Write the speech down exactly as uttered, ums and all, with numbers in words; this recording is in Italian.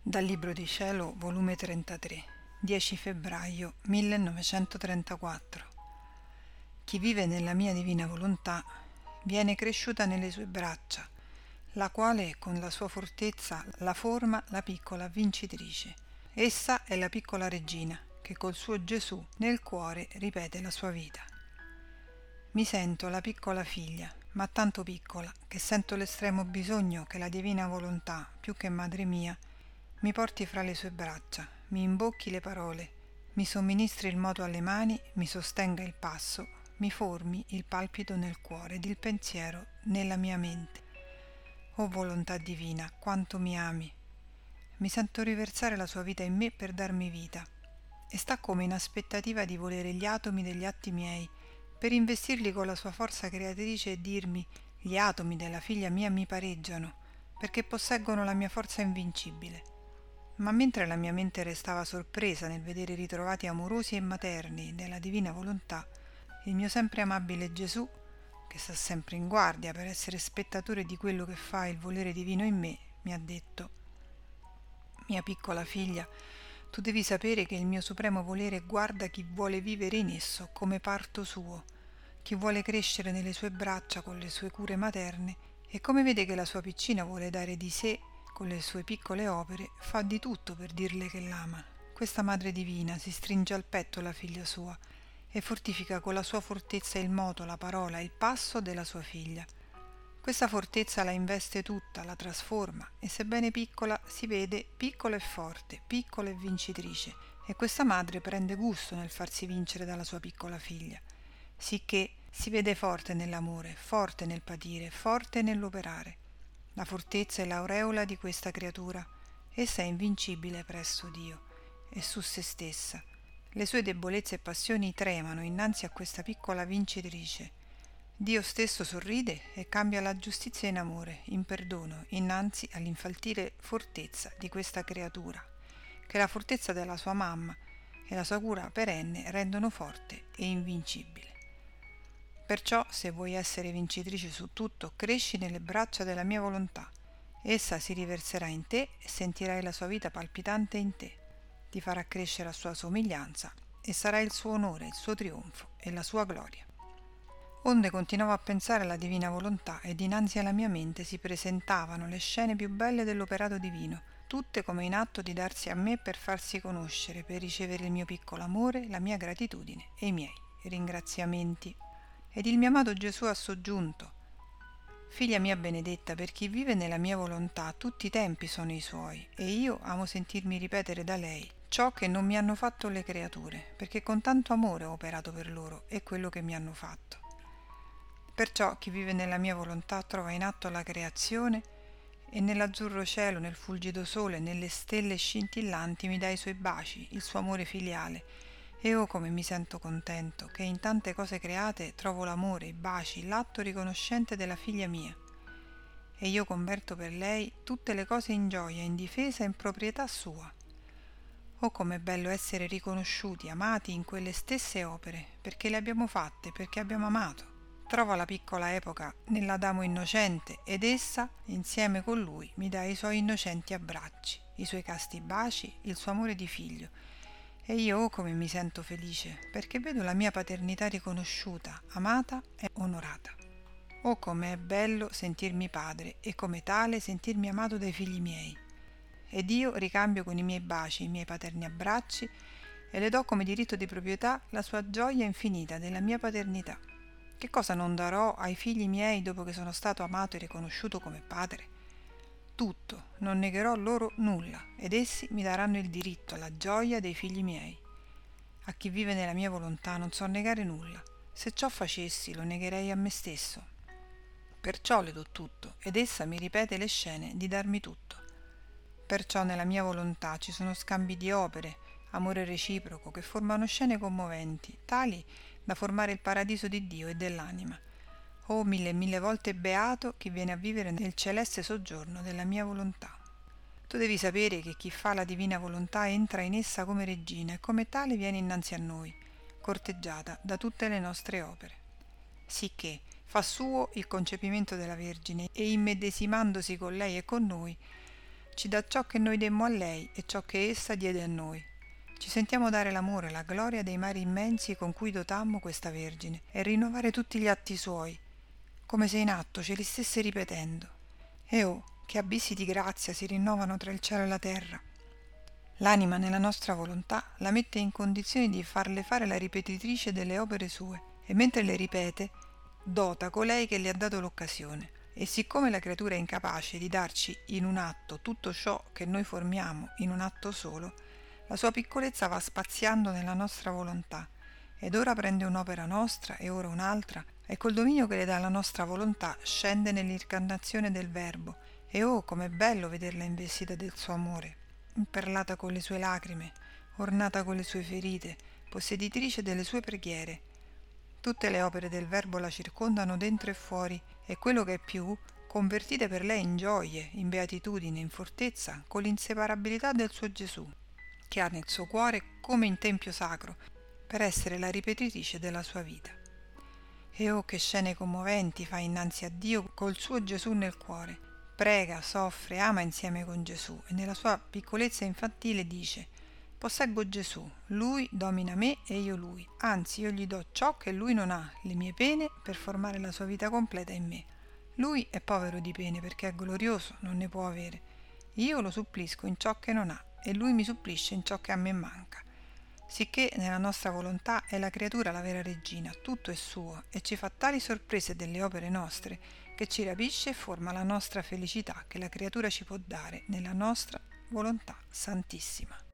Dal Libro di Cielo, volume trentatré, dieci febbraio millenovecentotrentaquattro. Chi vive nella mia divina volontà viene cresciuta nelle sue braccia, la quale con la sua fortezza la forma la piccola vincitrice. Essa è la piccola regina che col suo Gesù nel cuore ripete la sua vita. Mi sento la piccola figlia, ma tanto piccola che sento l'estremo bisogno che la divina volontà, più che madre mia, mi porti fra le sue braccia, mi imbocchi le parole, mi somministri il moto alle mani, mi sostenga il passo, mi formi il palpito nel cuore ed il pensiero nella mia mente. O volontà divina, quanto mi ami! Mi sento riversare la sua vita in me per darmi vita, e sta come in aspettativa di volere gli atomi degli atti miei, per investirli con la sua forza creatrice e dirmi: gli atomi della figlia mia mi pareggiano, perché posseggono la mia forza invincibile. Ma mentre la mia mente restava sorpresa nel vedere ritrovati amorosi e materni della divina volontà, il mio sempre amabile Gesù, che sta sempre in guardia per essere spettatore di quello che fa il volere divino in me, mi ha detto: mia piccola figlia, tu devi sapere che il mio supremo volere guarda chi vuole vivere in esso come parto suo, chi vuole crescere nelle sue braccia con le sue cure materne, e come vede che la sua piccina vuole dare di sé con le sue piccole opere, fa di tutto per dirle che l'ama. Questa madre divina si stringe al petto la figlia sua e fortifica con la sua fortezza il moto, la parola, il passo della sua figlia. Questa fortezza la investe tutta, la trasforma, e sebbene piccola si vede piccola e forte, piccola e vincitrice, e questa madre prende gusto nel farsi vincere dalla sua piccola figlia, sicché si vede forte nell'amore, forte nel patire, forte nell'operare. La fortezza è l'aureola di questa creatura. Essa è invincibile presso Dio e su se stessa. Le sue debolezze e passioni tremano innanzi a questa piccola vincitrice. Dio stesso sorride e cambia la giustizia in amore, in perdono, innanzi all'infantile fortezza di questa creatura, che la fortezza della sua mamma e la sua cura perenne rendono forte e invincibile. Perciò, se vuoi essere vincitrice su tutto, cresci nelle braccia della mia volontà. Essa si riverserà in te e sentirai la sua vita palpitante in te. Ti farà crescere a sua somiglianza e sarà il suo onore, il suo trionfo e la sua gloria. Onde continuavo a pensare alla divina volontà e dinanzi alla mia mente si presentavano le scene più belle dell'operato divino, tutte come in atto di darsi a me per farsi conoscere, per ricevere il mio piccolo amore, la mia gratitudine e i miei ringraziamenti. Ed il mio amato Gesù ha soggiunto: figlia mia benedetta, per chi vive nella mia volontà tutti i tempi sono i suoi, e io amo sentirmi ripetere da lei ciò che non mi hanno fatto le creature, perché con tanto amore ho operato per loro e quello che mi hanno fatto. Perciò chi vive nella mia volontà trova in atto la creazione, e nell'azzurro cielo, nel fulgido sole, nelle stelle scintillanti mi dà i suoi baci, il suo amore filiale. E oh, come mi sento contento, che in tante cose create trovo l'amore, i baci, l'atto riconoscente della figlia mia. E io converto per lei tutte le cose in gioia, in difesa e in proprietà sua. Oh, com'è bello essere riconosciuti, amati in quelle stesse opere, perché le abbiamo fatte, perché abbiamo amato. Trovo la piccola epoca nell'Adamo innocente, ed essa, insieme con lui, mi dà i suoi innocenti abbracci, i suoi casti baci, il suo amore di figlio. E io, oh, come mi sento felice, perché vedo la mia paternità riconosciuta, amata e onorata. Oh, come è bello sentirmi padre e come tale sentirmi amato dai figli miei. Ed io ricambio con i miei baci, i miei paterni abbracci, e le do come diritto di proprietà la sua gioia infinita della mia paternità. Che cosa non darò ai figli miei dopo che sono stato amato e riconosciuto come padre? Tutto, non negherò loro nulla, ed essi mi daranno il diritto alla gioia dei figli miei. A chi vive nella mia volontà non so negare nulla. Se ciò facessi, lo negherei a me stesso. Perciò le do tutto, ed essa mi ripete le scene di darmi tutto. Perciò nella mia volontà ci sono scambi di opere, amore reciproco, che formano scene commoventi, tali da formare il paradiso di Dio e dell'anima. Oh, mille e mille volte beato chi viene a vivere nel celeste soggiorno della mia volontà. Tu devi sapere che chi fa la divina volontà entra in essa come regina e come tale viene innanzi a noi, corteggiata da tutte le nostre opere. Sicché fa suo il concepimento della Vergine e immedesimandosi con lei e con noi ci dà ciò che noi demmo a lei e ciò che essa diede a noi. Ci sentiamo dare l'amore e la gloria dei mari immensi con cui dotammo questa Vergine e rinnovare tutti gli atti suoi, come se in atto ce li stesse ripetendo. E oh, che abissi di grazia si rinnovano tra il cielo e la terra! L'anima nella nostra volontà la mette in condizione di farle fare la ripetitrice delle opere sue e mentre le ripete dota colei che le ha dato l'occasione. E siccome la creatura è incapace di darci in un atto tutto ciò che noi formiamo in un atto solo, la sua piccolezza va spaziando nella nostra volontà ed ora prende un'opera nostra e ora un'altra e col dominio che le dà la nostra volontà scende nell'incarnazione del Verbo e oh com'è bello vederla investita del suo amore, imperlata con le sue lacrime, ornata con le sue ferite, posseditrice delle sue preghiere. Tutte le opere del Verbo la circondano dentro e fuori e quello che è più, convertite per lei in gioie, in beatitudine, in fortezza, con l'inseparabilità del suo Gesù, che ha nel suo cuore come in tempio sacro, per essere la ripetitrice della sua vita. E oh che scene commoventi fa innanzi a Dio col suo Gesù nel cuore. Prega, soffre, ama insieme con Gesù e nella sua piccolezza infantile dice: posseggo Gesù, lui domina me e io lui, anzi io gli do ciò che lui non ha, le mie pene, per formare la sua vita completa in me. Lui è povero di pene perché è glorioso, non ne può avere. Io lo supplisco in ciò che non ha e lui mi supplisce in ciò che a me manca. Sicché nella nostra volontà è la creatura la vera regina, tutto è suo e ci fa tali sorprese delle opere nostre che ci rapisce e forma la nostra felicità che la creatura ci può dare nella nostra volontà santissima.